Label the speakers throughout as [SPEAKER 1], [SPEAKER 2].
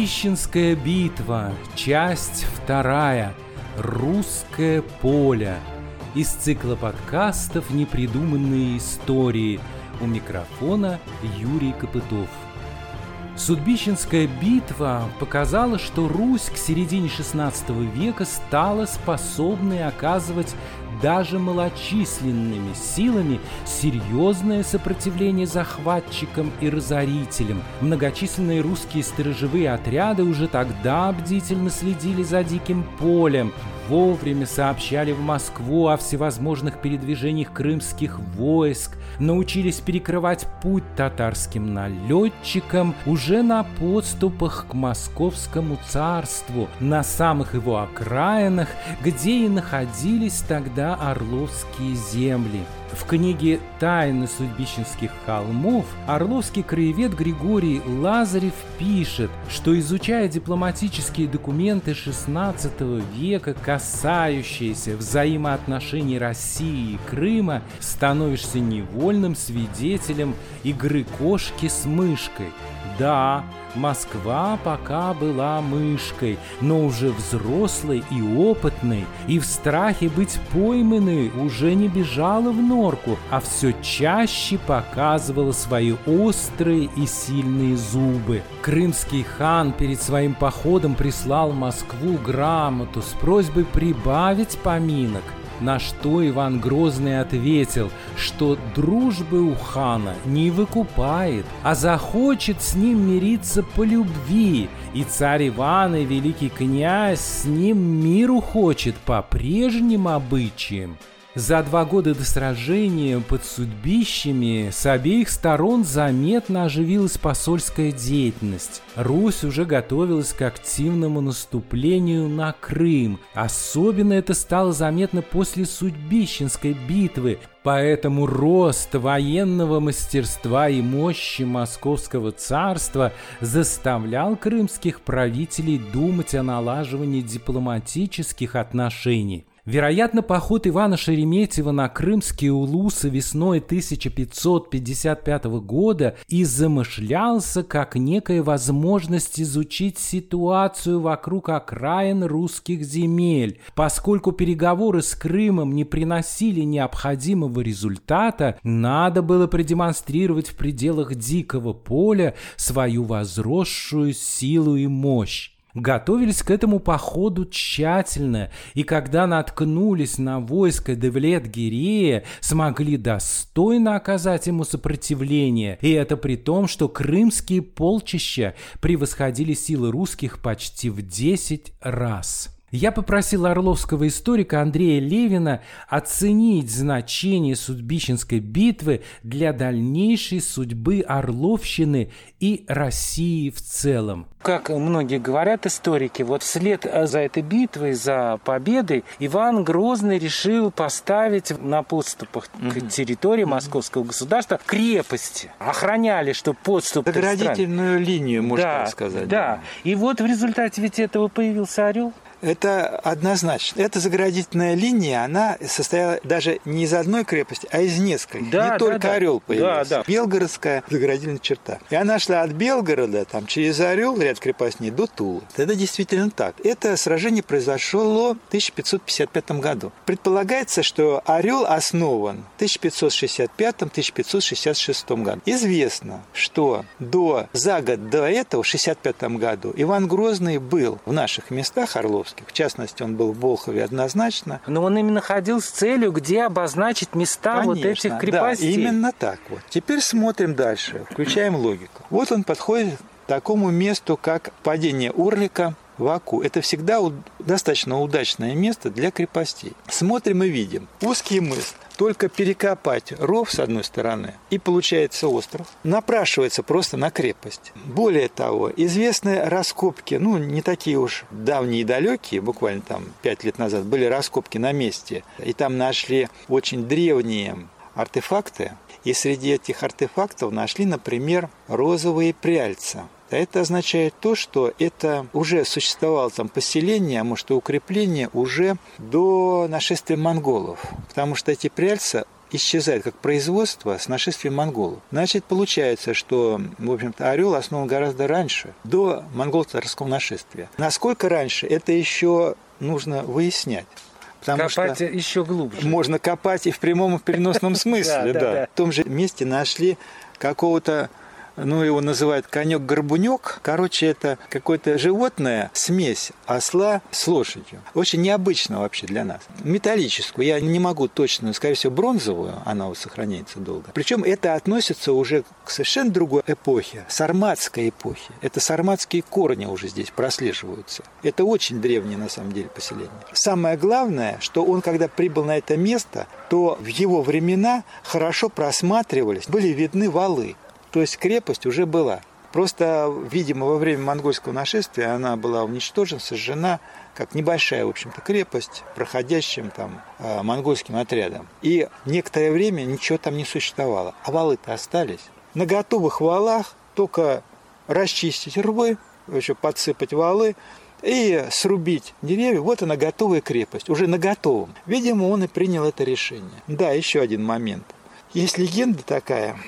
[SPEAKER 1] Судьбищенская битва. Часть 2. Русское поле. Из цикла подкастов «Непридуманные истории». У микрофона Юрий Копытов. Судьбищенская битва показала, что Русь к середине XVI века стала способной оказывать даже малочисленными силами серьезное сопротивление захватчикам и разорителям. Многочисленные русские сторожевые отряды уже тогда бдительно следили за диким полем, вовремя сообщали в Москву о всевозможных передвижениях крымских войск, научились перекрывать путь татарским налетчикам уже на подступах к Московскому царству, на самых его окраинах, где и находились тогда Орловские земли. В книге «Тайны Судьбищенских холмов» орловский краевед Григорий Лазарев пишет, что, изучая дипломатические документы XVI века, касающиеся взаимоотношений России и Крыма, становишься невольным свидетелем игры кошки с мышкой. Да, Москва пока была мышкой, но уже взрослой и опытной, и в страхе быть пойманной уже не бежала в норку, а все чаще показывала свои острые и сильные зубы. Крымский хан перед своим походом прислал в Москву грамоту с просьбой прибавить поминок, на что Иван Грозный ответил, что дружбы у хана не выкупает, а захочет с ним мириться по любви, и царь Иван и великий князь с ним миру хочет по прежним обычаям. За 2 года до сражения под Судьбищами с обеих сторон заметно оживилась посольская деятельность. Русь уже готовилась к активному наступлению на Крым. Особенно это стало заметно после Судьбищенской битвы. Поэтому рост военного мастерства и мощи Московского царства заставлял крымских правителей думать о налаживании дипломатических отношений. Вероятно, поход Ивана Шереметьева на крымские улусы весной 1555 года и замышлялся как некая возможность изучить ситуацию вокруг окраин русских земель. Поскольку переговоры с Крымом не приносили необходимого результата, надо было продемонстрировать в пределах дикого поля свою возросшую силу и мощь. Готовились к этому походу тщательно, и когда наткнулись на войско Девлет-Гирея, смогли достойно оказать ему сопротивление, и это при том, что крымские полчища превосходили силы русских почти в 10 раз. Я попросил орловского историка Андрея Левина оценить значение Судьбищенской битвы для дальнейшей судьбы Орловщины и России в целом. Как многие говорят историки, вот вслед за этой битвой, за победой, Иван Грозный решил поставить на подступах к территории Московского государства крепости. Охраняли, чтобы подступ...
[SPEAKER 2] Заградительную линию, можно так сказать.
[SPEAKER 1] Да. И вот в результате ведь этого появился Орел.
[SPEAKER 2] Это однозначно. Эта заградительная линия, она состояла даже не из одной крепости, а из нескольких. Не только Орел появился. Белгородская заградительная черта. И она шла от Белгорода, там, через Орел, ряд крепостей, до Тулы. Это действительно так. Это сражение произошло в 1555 году. Предполагается, что Орел основан в 1565-1566 году. Известно, что за год до этого, в 1565 году, Иван Грозный был в наших местах Орловских. В частности, он был в Болхове однозначно.
[SPEAKER 1] Но он именно ходил с целью, где обозначить места. Конечно, вот этих крепостей.
[SPEAKER 2] Да, именно так вот. Теперь смотрим дальше, включаем логику. Вот он подходит к такому месту, как падение Орлика в Аку. Это всегда достаточно удачное место для крепостей. Смотрим и видим. Узкий мыс. Только перекопать ров с одной стороны, и получается остров. Напрашивается просто на крепость. Более того, известны раскопки, не такие уж давние и далекие, буквально там 5 лет назад были раскопки на месте, и там нашли очень древние артефакты, и среди этих артефактов нашли, например, розовые пряльца. Это означает то, что это уже существовало там поселение, а может и укрепление уже до нашествия монголов. Потому что эти пряльца исчезает как производство с нашествием монголов. Значит, получается, что, в общем-то, орел основан гораздо раньше, до монгол-татарского нашествия. Насколько раньше, это еще нужно выяснять. Потому
[SPEAKER 1] копать
[SPEAKER 2] что
[SPEAKER 1] еще глубже.
[SPEAKER 2] Можно копать и в прямом, и в переносном смысле.
[SPEAKER 1] Да.
[SPEAKER 2] В том же месте нашли какого-то, его называют конек-горбунек. Короче, это какое-то животное, смесь осла с лошадью. Очень необычно вообще для нас. Металлическую. Я не могу точно, скорее всего, бронзовую, она вот сохраняется долго. Причем это относится уже к совершенно другой эпохе, сарматской эпохе. Это сарматские корни уже здесь прослеживаются. Это очень древнее, на самом деле, поселение. Самое главное, что он, когда прибыл на это место, то в его времена хорошо просматривались, были видны валы. То есть крепость уже была. Просто, видимо, во время монгольского нашествия она была уничтожена, сожжена, как небольшая, в общем-то, крепость, проходящим там монгольским отрядом. И некоторое время ничего там не существовало. А валы-то остались. На готовых валах только расчистить рвы, еще подсыпать валы и срубить деревья. Вот она, готовая крепость, уже на готовом. Видимо, он и принял это решение. Да, еще один момент. Есть легенда такая,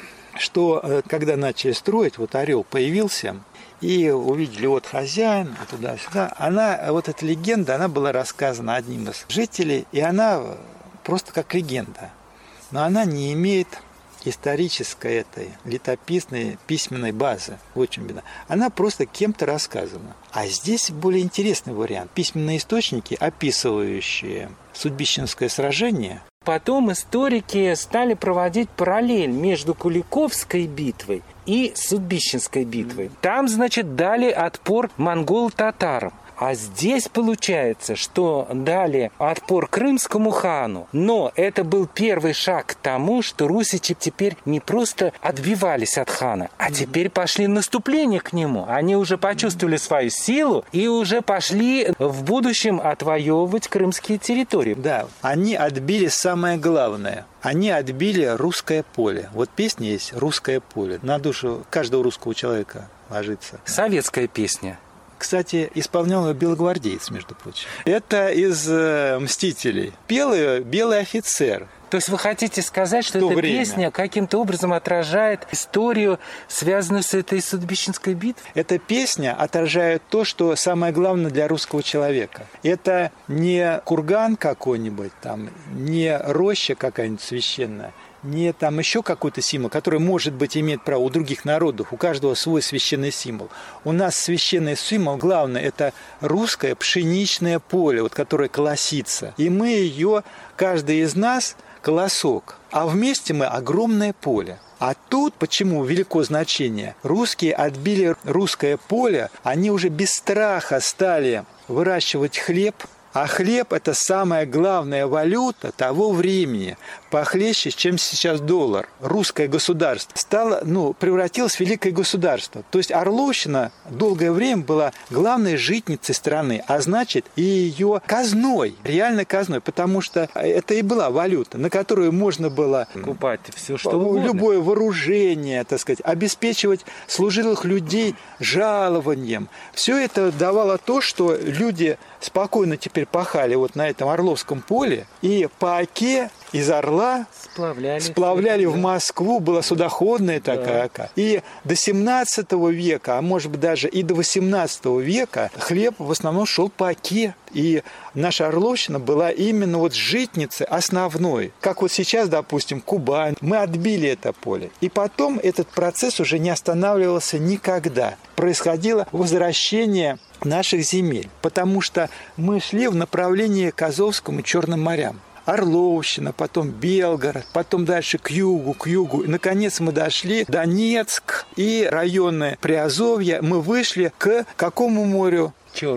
[SPEAKER 2] что когда начали строить, вот орел появился, и увидели вот хозяин, туда-сюда. Вот эта легенда, она была рассказана одним из жителей, и она просто как легенда. Но она не имеет исторической этой летописной письменной базы. Очень беда. Она просто кем-то рассказана. А здесь более интересный вариант. Письменные источники, описывающие Судьбищенское сражение.
[SPEAKER 1] Потом историки стали проводить параллель между Куликовской битвой и Судьбищенской битвой. Там, значит, дали отпор монгол-татарам. А здесь получается, что дали отпор крымскому хану. Но это был первый шаг к тому, что русичи теперь не просто отбивались от хана, а теперь пошли в наступление к нему. Они уже почувствовали свою силу и уже пошли в будущем отвоевывать крымские территории.
[SPEAKER 2] Да, они отбили самое главное. Они отбили русское поле. Вот песня есть «Русское поле». На душу каждого русского человека ложится.
[SPEAKER 1] Советская песня.
[SPEAKER 2] Кстати, исполнял ее белогвардеец, между прочим. Это из «Мстителей». Пел ее белый офицер.
[SPEAKER 1] То есть вы хотите сказать, что эта песня каким-то образом отражает историю, связанную с этой Судьбищенской битвой?
[SPEAKER 2] Эта песня отражает то, что самое главное для русского человека. Это не курган какой-нибудь, там, не роща какая-нибудь священная, не там еще какой-то символ, который, может быть, имеет право у других народов, у каждого свой священный символ. У нас священный символ, главное, это русское пшеничное поле, вот, которое колосится. И мы ее, каждый из нас, колосок. А вместе мы огромное поле. А тут почему велико значение? Русские отбили русское поле, они уже без страха стали выращивать хлеб. А хлеб – это самая главная валюта того времени, похлеще, чем сейчас доллар. Русское государство превратилось в великое государство. То есть Орловщина долгое время была главной житницей страны, а значит и ее казной, реально казной, потому что это и была валюта, на которую можно было
[SPEAKER 1] купать все, что угодно.
[SPEAKER 2] Любое вооружение, так сказать, обеспечивать служилых людей жалованием. Все это давало то, что люди спокойно теперь пахали вот на этом Орловском поле, и по оке из Орла сплавляли в Москву, была судоходная такая ока. И до 17 века, а может быть даже и до 18 века хлеб в основном шел по оке. И наша Орловщина была именно вот житницей основной. Как вот сейчас, допустим, Кубань. Мы отбили это поле. И потом этот процесс уже не останавливался никогда. Происходило возвращение наших земель, потому что мы шли в направлении к Азовскому и Черным морям. Орловщина, потом Белгород, потом дальше к югу. И, наконец, мы дошли в Донецк и районы Приазовья. Мы вышли к какому морю?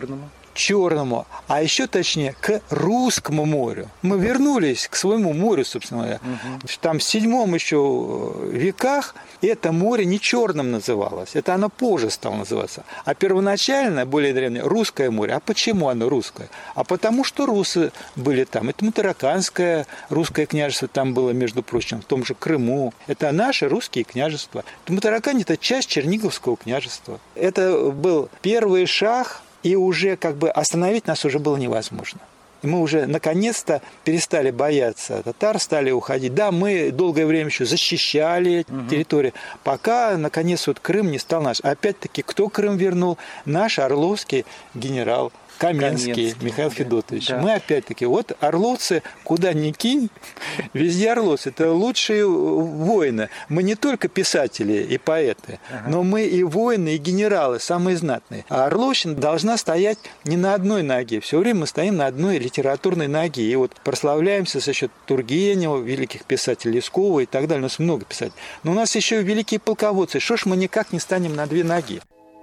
[SPEAKER 2] Черному, а еще точнее к Русскому морю. Мы вернулись к своему морю, собственно говоря. Там в 7 еще веках это море не Черным называлось, это оно позже стало называться. А первоначально, более древнее, Русское море. А почему оно русское? А потому что русы были там. Это Матараканское русское княжество там было, между прочим, в том же Крыму. Это наши русские княжества. Матаракань – это часть Черниговского княжества. Это был первый шаг. И уже остановить нас уже было невозможно. И мы уже наконец-то перестали бояться татар, стали уходить. Да, мы долгое время еще защищали территорию, пока, наконец, вот Крым не стал наш. Опять-таки, кто Крым вернул? Наш орловский генерал Каменский Михаил Федотович. Да. Мы опять-таки, вот орловцы, куда ни кинь, везде орловцы. Это лучшие воины. Мы не только писатели и поэты, но мы и воины, и генералы, самые знатные. А Орловщина должна стоять не на одной ноге. Все время мы стоим на одной литературной ноге. И вот прославляемся за счет Тургенева, великих писателей, Лескова и так далее. У нас много писателей. Но у нас еще и великие полководцы. Что ж мы никак не станем на две ноги?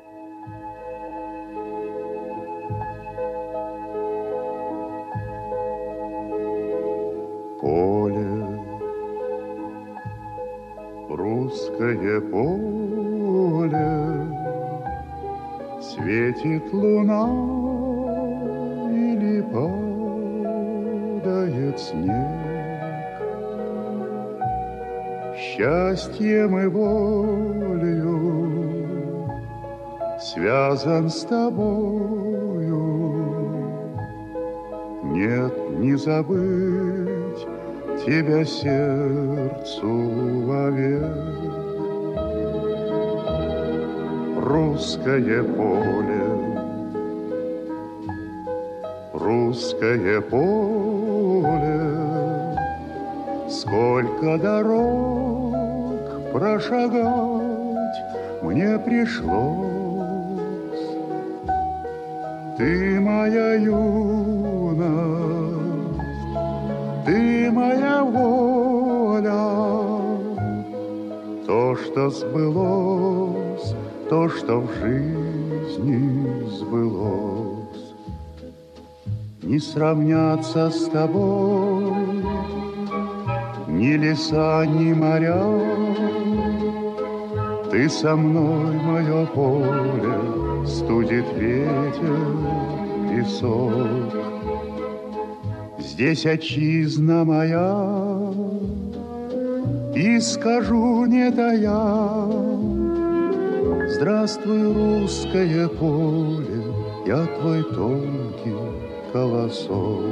[SPEAKER 3] Поле, русское поле, светит луна или падает снег. Счастьем и волею связан с тобою. Нет, не забыть тебя сердцу вовек. Русское поле, русское поле, сколько дорог прошагать мне пришлось. Ты моя юность, ты моя воля, то, что сбылось, то, что в жизни сбылось. Не сравняться с тобой ни леса, ни моря. Ты со мной, мое поле, студит ветер, песок. Здесь отчизна моя, и скажу, не тая: здравствуй, русское поле, я твой тонкий колосок.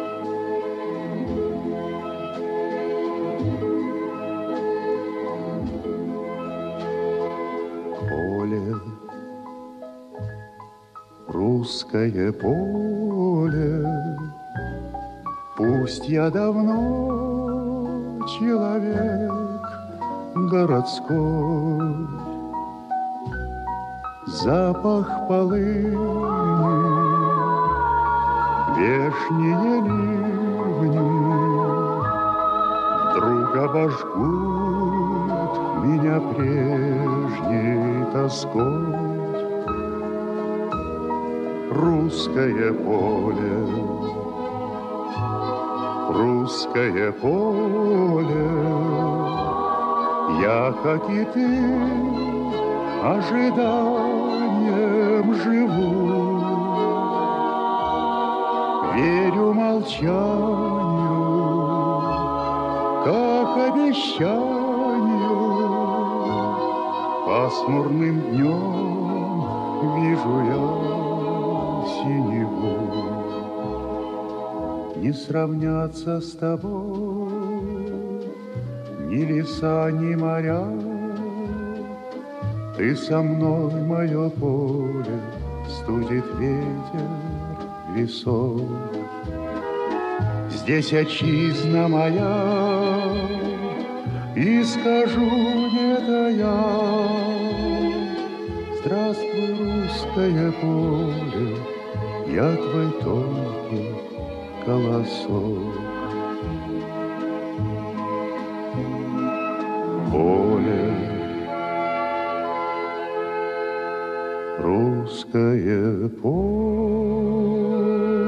[SPEAKER 3] Поле, русское поле, пусть я давно человек городской, запах полыни, вешние ливни вдруг обожгут меня прежней тоской. Русское поле, русское поле, я, как и ты, ожиданием живу. Верю молчанию, как обещанию. Пасмурным днем вижу я синеву. Не сравняться с тобой ни леса, ни моря. Ты со мной, мое поле, студит ветер, весок. Здесь отчизна моя, и скажу, не тая: здравствуй, русское поле, я твой тонкий колосок. Поле, русское поле.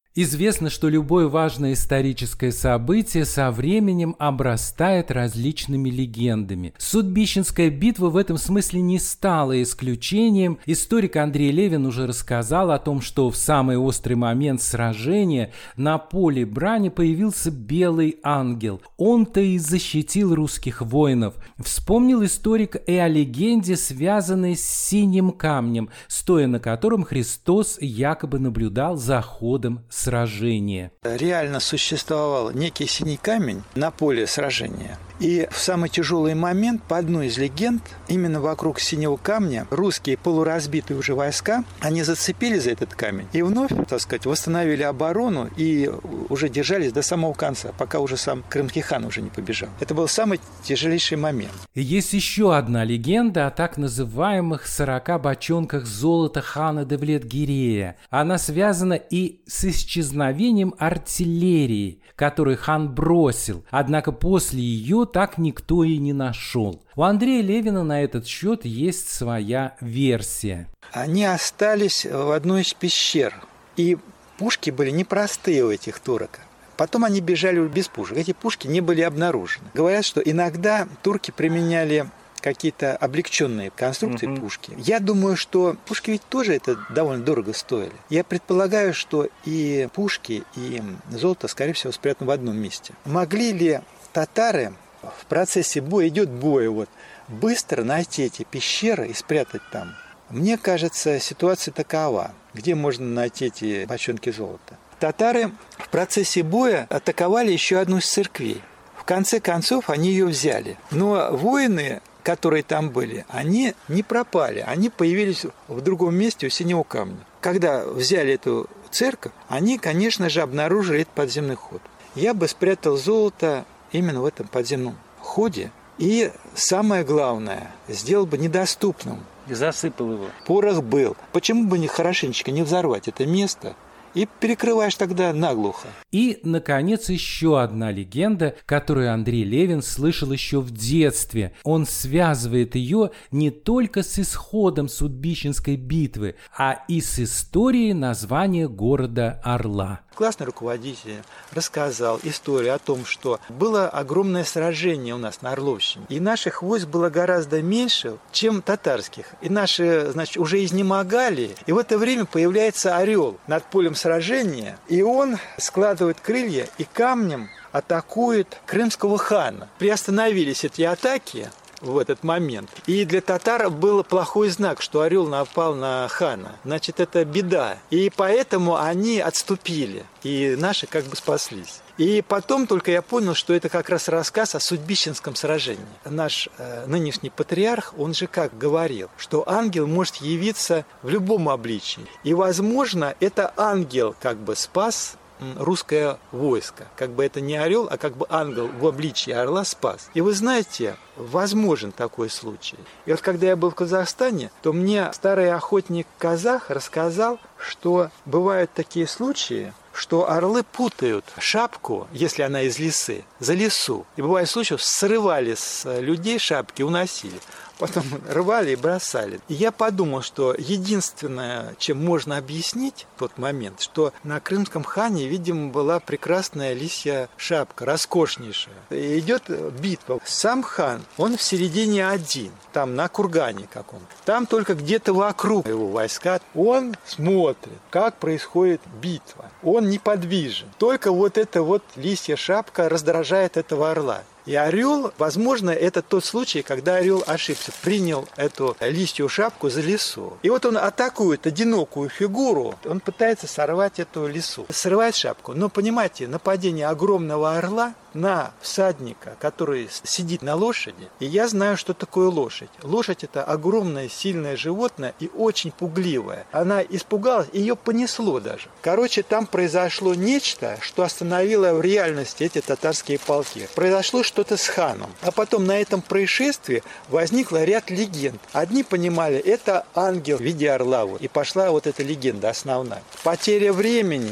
[SPEAKER 1] Известно, что любое важное историческое событие со временем обрастает различными легендами. Судьбищенская битва в этом смысле не стала исключением. Историк Андрей Левин уже рассказал о том, что в самый острый момент сражения на поле брани появился белый ангел. Он-то и защитил русских воинов. Вспомнил историк и о легенде, связанной с синим камнем, стоя на котором Христос якобы наблюдал за ходом сражения.
[SPEAKER 2] Реально существовал некий синий камень на поле сражения. И в самый тяжелый момент, по одной из легенд, именно вокруг синего камня русские полуразбитые уже войска, они зацепились за этот камень и вновь, так сказать, восстановили оборону и уже держались до самого конца, пока уже сам крымский хан уже не побежал. Это был самый тяжелейший момент.
[SPEAKER 1] Есть еще одна легенда о так называемых 40 бочонках золота хана Девлет-Гирея. Она связана и с исчезновением артиллерии, которую хан бросил, однако после ее так никто и не нашел. У Андрея Левина на этот счет есть своя версия.
[SPEAKER 2] Они остались в одной из пещер, и пушки были непростые у этих турок. Потом они бежали без пушек. Эти пушки не были обнаружены. Говорят, что иногда турки применяли какие-то облегченные конструкции пушки. Я думаю, что пушки ведь тоже это довольно дорого стоили. Я предполагаю, что и пушки, и золото, скорее всего, спрятаны в одном месте. Могли ли татары в процессе боя, идет бой, быстро найти эти пещеры и спрятать там? Мне кажется, ситуация такова. Где можно найти эти бочонки золота? Татары в процессе боя атаковали еще одну из церквей. В конце концов, они ее взяли. Но воины, которые там были, они не пропали. Они появились в другом месте у синего камня. Когда взяли эту церковь, они, конечно же, обнаружили этот подземный ход. Я бы спрятал золото именно в этом подземном ходе. И самое главное, сделал бы недоступным.
[SPEAKER 4] И засыпал его.
[SPEAKER 2] Порох был. Почему бы хорошенечко не взорвать это место? И перекрываешь тогда наглухо.
[SPEAKER 1] И, наконец, еще одна легенда, которую Андрей Левин слышал еще в детстве. Он связывает ее не только с исходом Судьбищенской битвы, а и с историей названия города Орла.
[SPEAKER 2] Классный руководитель рассказал историю о том, что было огромное сражение у нас на Орловщине. И наших войск было гораздо меньше, чем татарских. И наши, уже изнемогали. И в это время появляется орел над полем сражения. И он складывает крылья и камнем атакует крымского хана. Приостановились эти атаки в этот момент. И для татар был плохой знак, что орел напал на хана. Значит, это беда. И поэтому они отступили. И наши как бы спаслись. И потом только я понял, что это как раз рассказ о Судьбищенском сражении. Наш нынешний патриарх, он же как говорил, что ангел может явиться в любом обличии. И, возможно, это ангел как бы спас русское войско. Как бы это не орел, а как бы ангел в обличии орла спас. И вы знаете, возможен такой случай. И вот когда я был в Казахстане, то мне старый охотник-казах рассказал, что бывают такие случаи, что орлы путают шапку, если она из лисы, за лису. И бывает случаи, срывали с людей шапки, уносили. Потом рвали и бросали. И я подумал, что единственное, чем можно объяснить тот момент, что на крымском хане, видимо, была прекрасная лисья шапка, роскошнейшая. И идет битва. Сам хан, он в середине один, там на кургане каком-то. Там только где-то вокруг его войска. Он смотрит, как происходит битва. Он неподвижен. Только эта лисья шапка раздражает этого орла. И орел, возможно, это тот случай, когда орел ошибся, принял эту листью шапку за лису. И он атакует одинокую фигуру, он пытается сорвать эту лису. Срывает шапку. Но, понимаете, нападение огромного орла на всадника, который сидит на лошади. И я знаю, что такое лошадь. Лошадь – это огромное, сильное животное и очень пугливое. Она испугалась, ее понесло даже. Короче, там произошло нечто, что остановило в реальности эти татарские полки. Произошло что-то с ханом. А потом на этом происшествии возникло ряд легенд. Одни понимали, это ангел в виде орла. И пошла эта легенда основная. Потеря времени,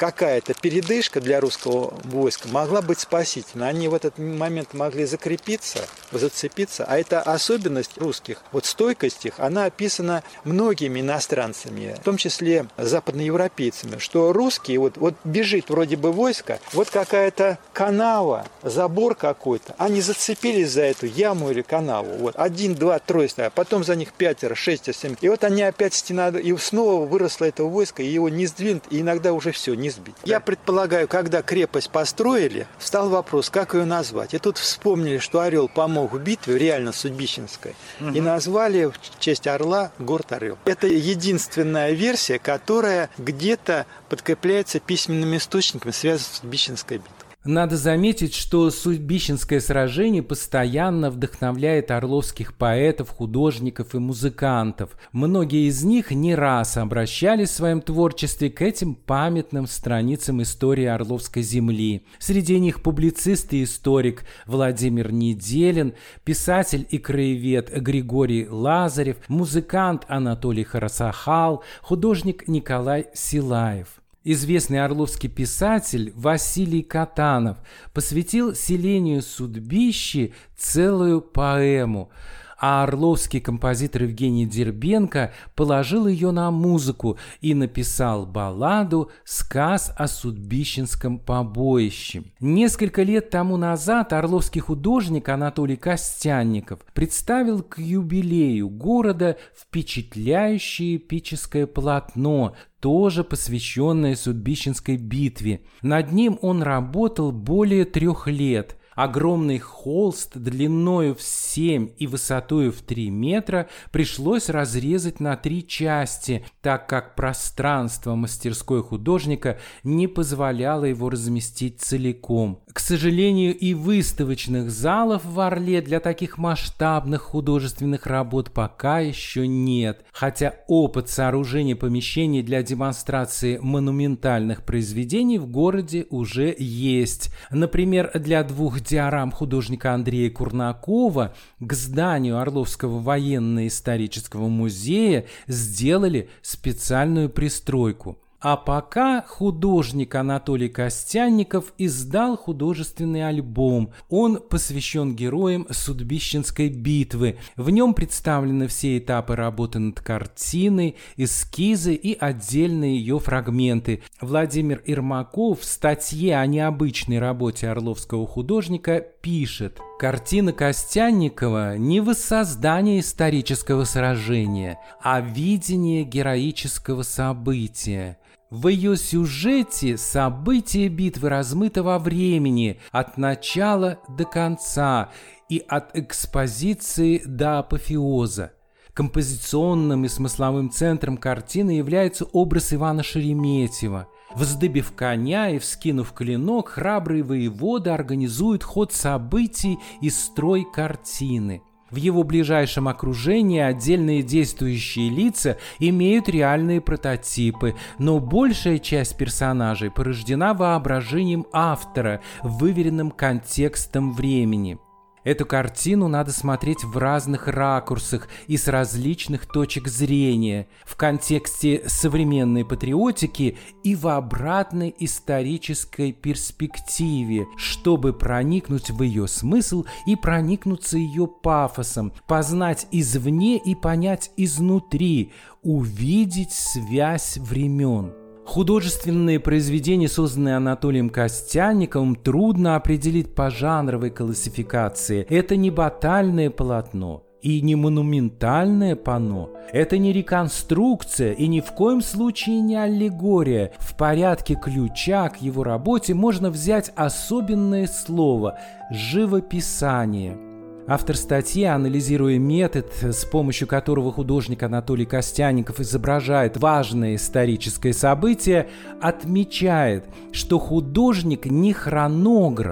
[SPEAKER 2] какая-то передышка для русского войска могла быть спасительна. Они в этот момент могли закрепиться, зацепиться. А это особенность русских, вот стойкость их, она описана многими иностранцами, в том числе западноевропейцами, что русские, вот бежит вроде бы войско, вот какая-то канава, забор какой-то, они зацепились за эту яму или канаву. Вот 1, 2, 3, а потом за них 5, 6, 7. И вот они опять стена, и снова выросло это войско, и его не сдвинут, и иногда уже все, не сбить. Я предполагаю, когда крепость построили, встал вопрос, как ее назвать. И тут вспомнили, что Орел помог в битве, реально Судьбищенской, и назвали в честь орла город Орел. Это единственная версия, которая где-то подкрепляется письменными источниками, связанными с Судьбищенской битвой.
[SPEAKER 1] Надо заметить, что Судьбищенское сражение постоянно вдохновляет орловских поэтов, художников и музыкантов. Многие из них не раз обращались в своем творчестве к этим памятным страницам истории Орловской земли. Среди них публицист и историк Владимир Неделин, писатель и краевед Григорий Лазарев, музыкант Анатолий Харасахал, художник Николай Силаев. Известный орловский писатель Василий Катанов посвятил селению Судьбищи целую поэму, а орловский композитор Евгений Дербенко положил ее на музыку и написал балладу «Сказ о Судьбищенском побоище». Несколько лет тому назад орловский художник Анатолий Костянников представил к юбилею города впечатляющее эпическое полотно, тоже посвященное Судьбищенской битве. Над ним он работал более 3 лет. Огромный холст длиною в 7 и высотою в 3 метра пришлось разрезать на 3 части, так как пространство мастерской художника не позволяло его разместить целиком. К сожалению, и выставочных залов в Орле для таких масштабных художественных работ пока еще нет, хотя опыт сооружения помещений для демонстрации монументальных произведений в городе уже есть. Например, для 2 диорам художника Андрея Курнакова к зданию Орловского военно-исторического музея сделали специальную пристройку. А пока художник Анатолий Костянников издал художественный альбом. Он посвящен героям Судьбищенской битвы. В нем представлены все этапы работы над картиной, эскизы и отдельные ее фрагменты. Владимир Ермаков в статье о необычной работе орловского художника пишет: «Картина Костянникова не воссоздание исторического сражения, а видение героического события. В ее сюжете события битвы размыты во времени от начала до конца и от экспозиции до апофеоза. Композиционным и смысловым центром картины является образ Ивана Шереметьева. Вздыбив коня и вскинув клинок, храбрый воевода организует ход событий и строй картины. В его ближайшем окружении отдельные действующие лица имеют реальные прототипы, но большая часть персонажей порождена воображением автора, выверенным контекстом времени. Эту картину надо смотреть в разных ракурсах и с различных точек зрения, в контексте современной патриотики и в обратной исторической перспективе, чтобы проникнуть в ее смысл и проникнуться ее пафосом, познать извне и понять изнутри, увидеть связь времен». Художественные произведения, созданные Анатолием Костянниковым, трудно определить по жанровой классификации. Это не батальное полотно и не монументальное панно. Это не реконструкция и ни в коем случае не аллегория. В порядке ключа к его работе можно взять особенное слово – живописание. Автор статьи, анализируя метод, с помощью которого художник Анатолий Костянников изображает важное историческое событие, отмечает, что художник не хронограф,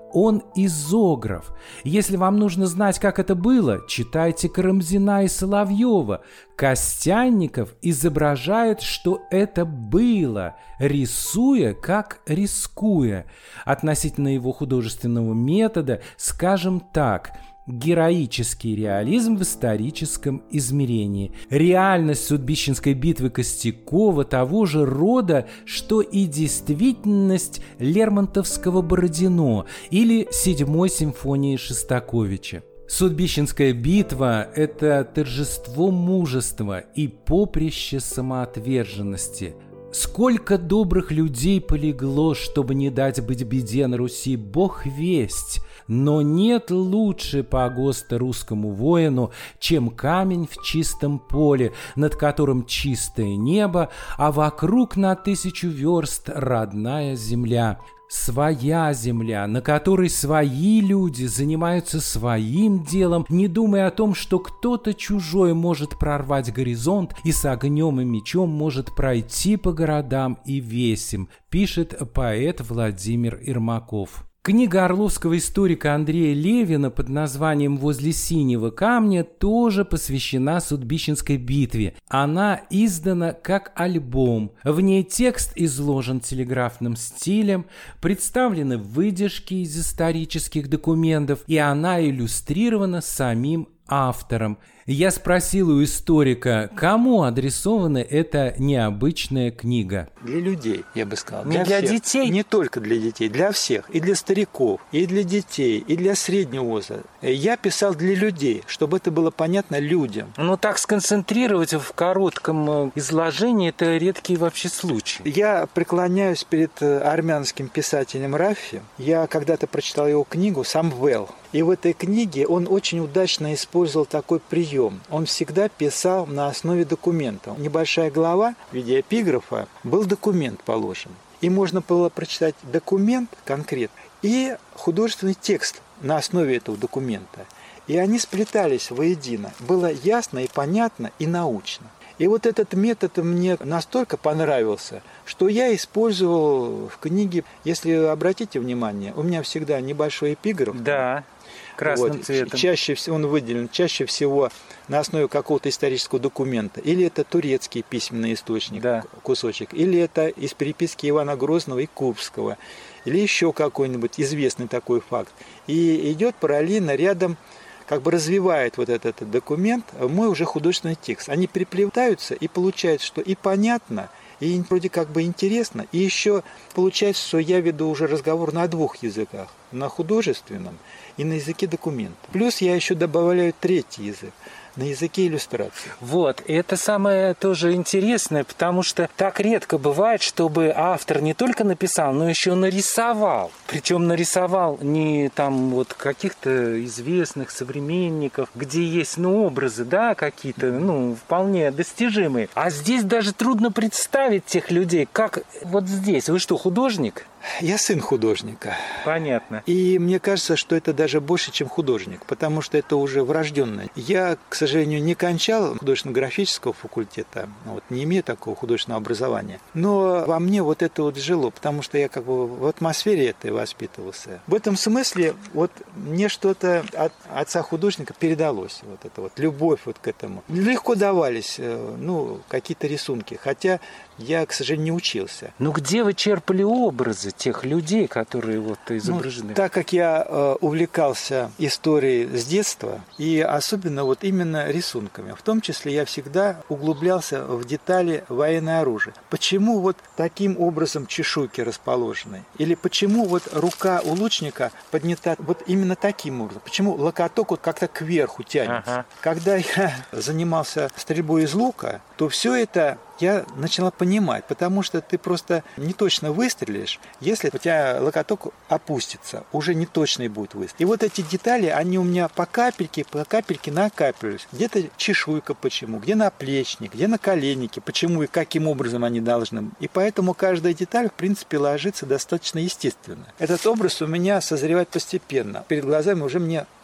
[SPEAKER 1] он изограф. Если вам нужно знать, как это было, читайте Карамзина и Соловьева. Костянников изображает, что это было, рисуя, как рискуя. Относительно его художественного метода, скажем так – героический реализм в историческом измерении. Реальность Судьбищенской битвы Костякова того же рода, что и действительность Лермонтовского Бородино или Седьмой симфонии Шостаковича. Судьбищенская битва – это торжество мужества и поприще самоотверженности. Сколько добрых людей полегло, чтобы не дать быть беде на Руси, Бог весть, но нет лучше погоста русскому воину, чем камень в чистом поле, над которым чистое небо, а вокруг на 1000 верст родная земля. Своя земля, на которой свои люди занимаются своим делом, не думая о том, что кто-то чужой может прорвать горизонт и с огнем и мечом может пройти по городам и весям, пишет поэт Владимир Ермаков. Книга орловского историка Андрея Левина под названием «Возле синего камня» тоже посвящена Судьбищенской битве. Она издана как альбом. В ней текст изложен телеграфным стилем, представлены выдержки из исторических документов, и она иллюстрирована самим автором. Я спросил у историка, кому адресована эта необычная книга.
[SPEAKER 2] Для людей, я бы сказал.
[SPEAKER 1] Не для детей?
[SPEAKER 2] Не только для детей, для всех. И для стариков, и для детей, и для среднего возраста. Я писал для людей, чтобы это было понятно людям.
[SPEAKER 1] Но так сконцентрировать в коротком изложении – это редкий вообще случай.
[SPEAKER 2] Я преклоняюсь перед армянским писателем Рафи. Я когда-то прочитал его книгу «Самвел». И в этой книге он очень удачно использовал такой прием. Он всегда писал на основе документа. Небольшая глава в виде эпиграфа был документ положен. И можно было прочитать документ конкретно и художественный текст на основе этого документа. И они сплетались воедино. Было ясно и понятно и научно. И вот этот метод мне настолько понравился, что я использовал в книге, если обратите внимание, у меня всегда небольшой эпиграф.
[SPEAKER 1] Да. Красным цветом.
[SPEAKER 2] Чаще всего он выделен, чаще всего на основе какого-то исторического документа. Или это турецкий письменный источник, да, кусочек, или это из переписки Ивана Грозного и Курбского, или еще какой-нибудь известный такой факт. И идет параллельно рядом, как бы развивает вот этот документ мой уже художественный текст. Они переплетаются, и получается, что и понятно, и вроде как бы интересно, и еще получается, что я веду уже разговор на двух языках, на художественном и на языке документа. Плюс я еще добавляю третий язык, на языке иллюстрации.
[SPEAKER 1] Вот, это самое тоже интересное, потому что так редко бывает, чтобы автор не только написал, но еще нарисовал. Причем нарисовал не там вот каких-то известных современников, где есть, образы, да, какие-то, вполне достижимые. А здесь даже трудно представить тех людей, как вот здесь. Вы что, художник?
[SPEAKER 2] Я сын художника.
[SPEAKER 1] Понятно.
[SPEAKER 2] И мне кажется, что это даже больше, чем художник, потому что это уже врожденное. Я, к сожалению, не кончал художественно-графического факультета, не имею такого художественного образования. Но во мне вот это вот жило, потому что я как бы в атмосфере этой воспитывался. В этом смысле вот мне что-то от отца художника передалось, вот это вот любовь вот к этому. Легко давались, какие-то рисунки, хотя я, к сожалению, не учился.
[SPEAKER 1] Ну где вы черпали образы тех людей, которые вот изображены?
[SPEAKER 2] Так как я увлекался историей с детства, и особенно вот именно рисунками, в том числе я всегда углублялся в детали военного оружия. Почему вот таким образом чешуйки расположены? Или почему вот рука у лучника поднята вот именно таким образом? Почему локоток вот как-то кверху тянется? Ага. Когда я занимался стрельбой из лука, то все это я начала понимать, потому что ты просто не точно выстрелишь, если у тебя локоток опустится, уже не точный будет выстрел. И вот эти детали, они у меня по капельке накапливались. Где-то чешуйка почему, где наплечник, где наколенники, почему и каким образом они должны. И поэтому каждая деталь, в принципе, ложится достаточно естественно. Этот образ у меня созревает постепенно. Перед глазами уже мне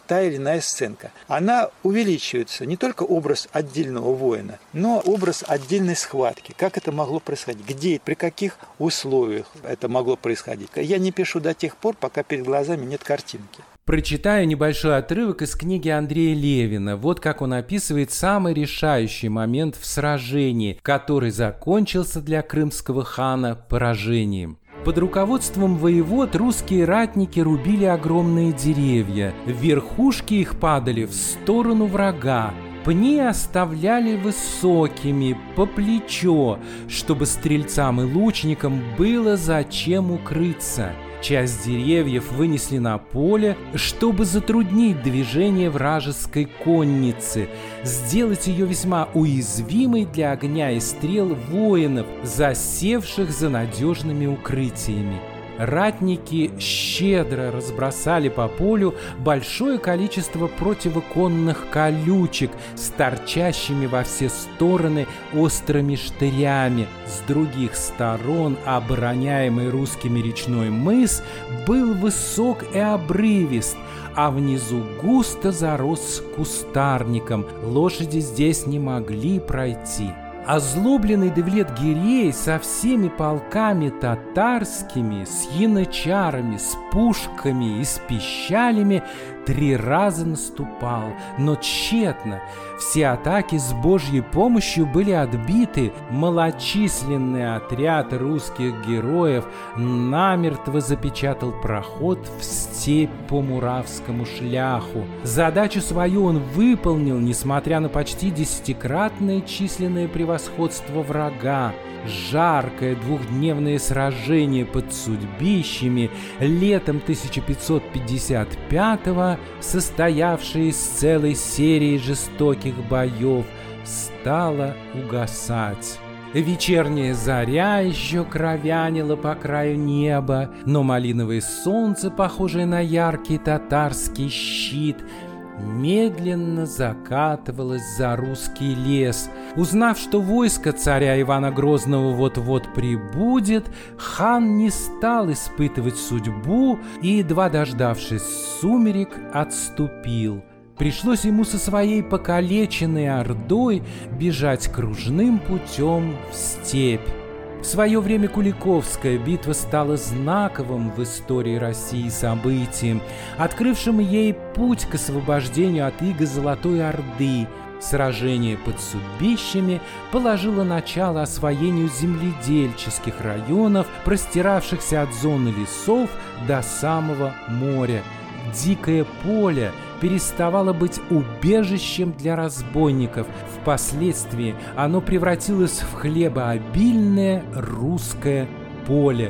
[SPEAKER 2] та или иная сценка. Она увеличивается, не только образ отдельного воина, но образ отдельной схватки. Как это могло происходить? Где, при каких условиях это могло происходить? Я не пишу до тех пор, пока перед глазами нет картинки.
[SPEAKER 1] Прочитаю небольшой отрывок из книги Андрея Левина. Вот как он описывает самый решающий момент в сражении, который закончился для крымского хана поражением. Под руководством воевод русские ратники рубили огромные деревья. Верхушки их падали в сторону врага. Пни оставляли высокими, по плечо, чтобы стрельцам и лучникам было зачем укрыться. Часть деревьев вынесли на поле, чтобы затруднить движение вражеской конницы, сделать ее весьма уязвимой для огня и стрел воинов, засевших за надежными укрытиями. Ратники щедро разбросали по полю большое количество противоконных колючек с торчащими во все стороны острыми штырями. С других сторон обороняемый русскими речной мыс был высок и обрывист, а внизу густо зарос кустарником. Лошади здесь не могли пройти. Озлобленный Давлет-Гирей со всеми полками татарскими, с янычарами, с пушками и с пищалями 3 раза наступал, но тщетно. Все атаки с Божьей помощью были отбиты. Малочисленный отряд русских героев намертво запечатал проход в степь по Муравскому шляху. Задачу свою он выполнил, несмотря на почти 10-кратное численное превосходство врага. Жаркое двухдневное сражение под Судьбищами летом 1555-го, состоявшее из целой серии жестоких боев, стало угасать. Вечерняя заря еще кровянила по краю неба, но малиновое солнце, похожее на яркий татарский щит, медленно закатывалось за русский лес. Узнав, что войско царя Ивана Грозного вот-вот прибудет, хан не стал испытывать судьбу и, едва дождавшись сумерек, отступил. Пришлось ему со своей покалеченной ордой бежать кружным путем в степь. В свое время Куликовская битва стала знаковым в истории России событием, открывшим ей путь к освобождению от ига Золотой Орды. Сражение под Судьбищами положило начало освоению земледельческих районов, простиравшихся от зоны лесов до самого моря. Дикое поле переставало быть убежищем для разбойников. Впоследствии оно превратилось в хлебообильное русское поле.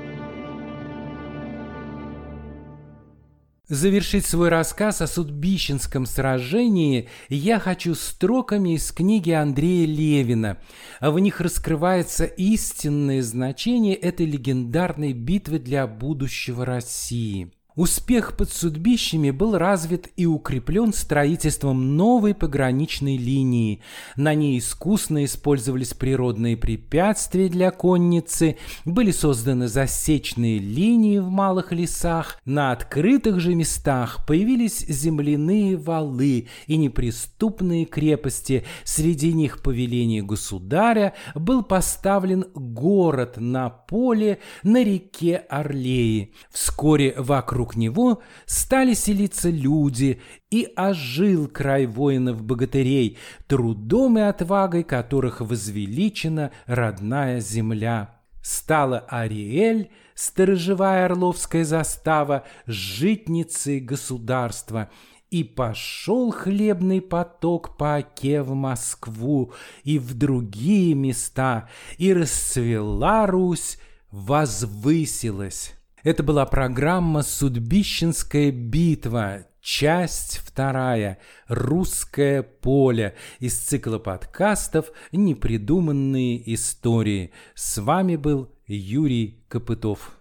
[SPEAKER 1] Завершить свой рассказ о Судьбищенском сражении я хочу строками из книги Андрея Левина. В них раскрывается истинное значение этой легендарной битвы для будущего России. Успех под Судьбищами был развит и укреплен строительством новой пограничной линии. На ней искусно использовались природные препятствия для конницы, были созданы засечные линии в малых лесах, на открытых же местах появились земляные валы и неприступные крепости. Среди них по велению государя был поставлен город на поле на реке Орлеи. Вскоре вокруг него стали селиться люди, и ожил край воинов-богатырей, трудом и отвагой которых возвеличена родная земля. Стала Ариэль, сторожевая орловская застава, житницей государства, и пошел хлебный поток по Оке в Москву и в другие места, и расцвела Русь, возвысилась. Это была программа «Судьбищенская битва», часть 2, «Русское поле» из цикла подкастов «Непридуманные истории». С вами был Юрий Копытов.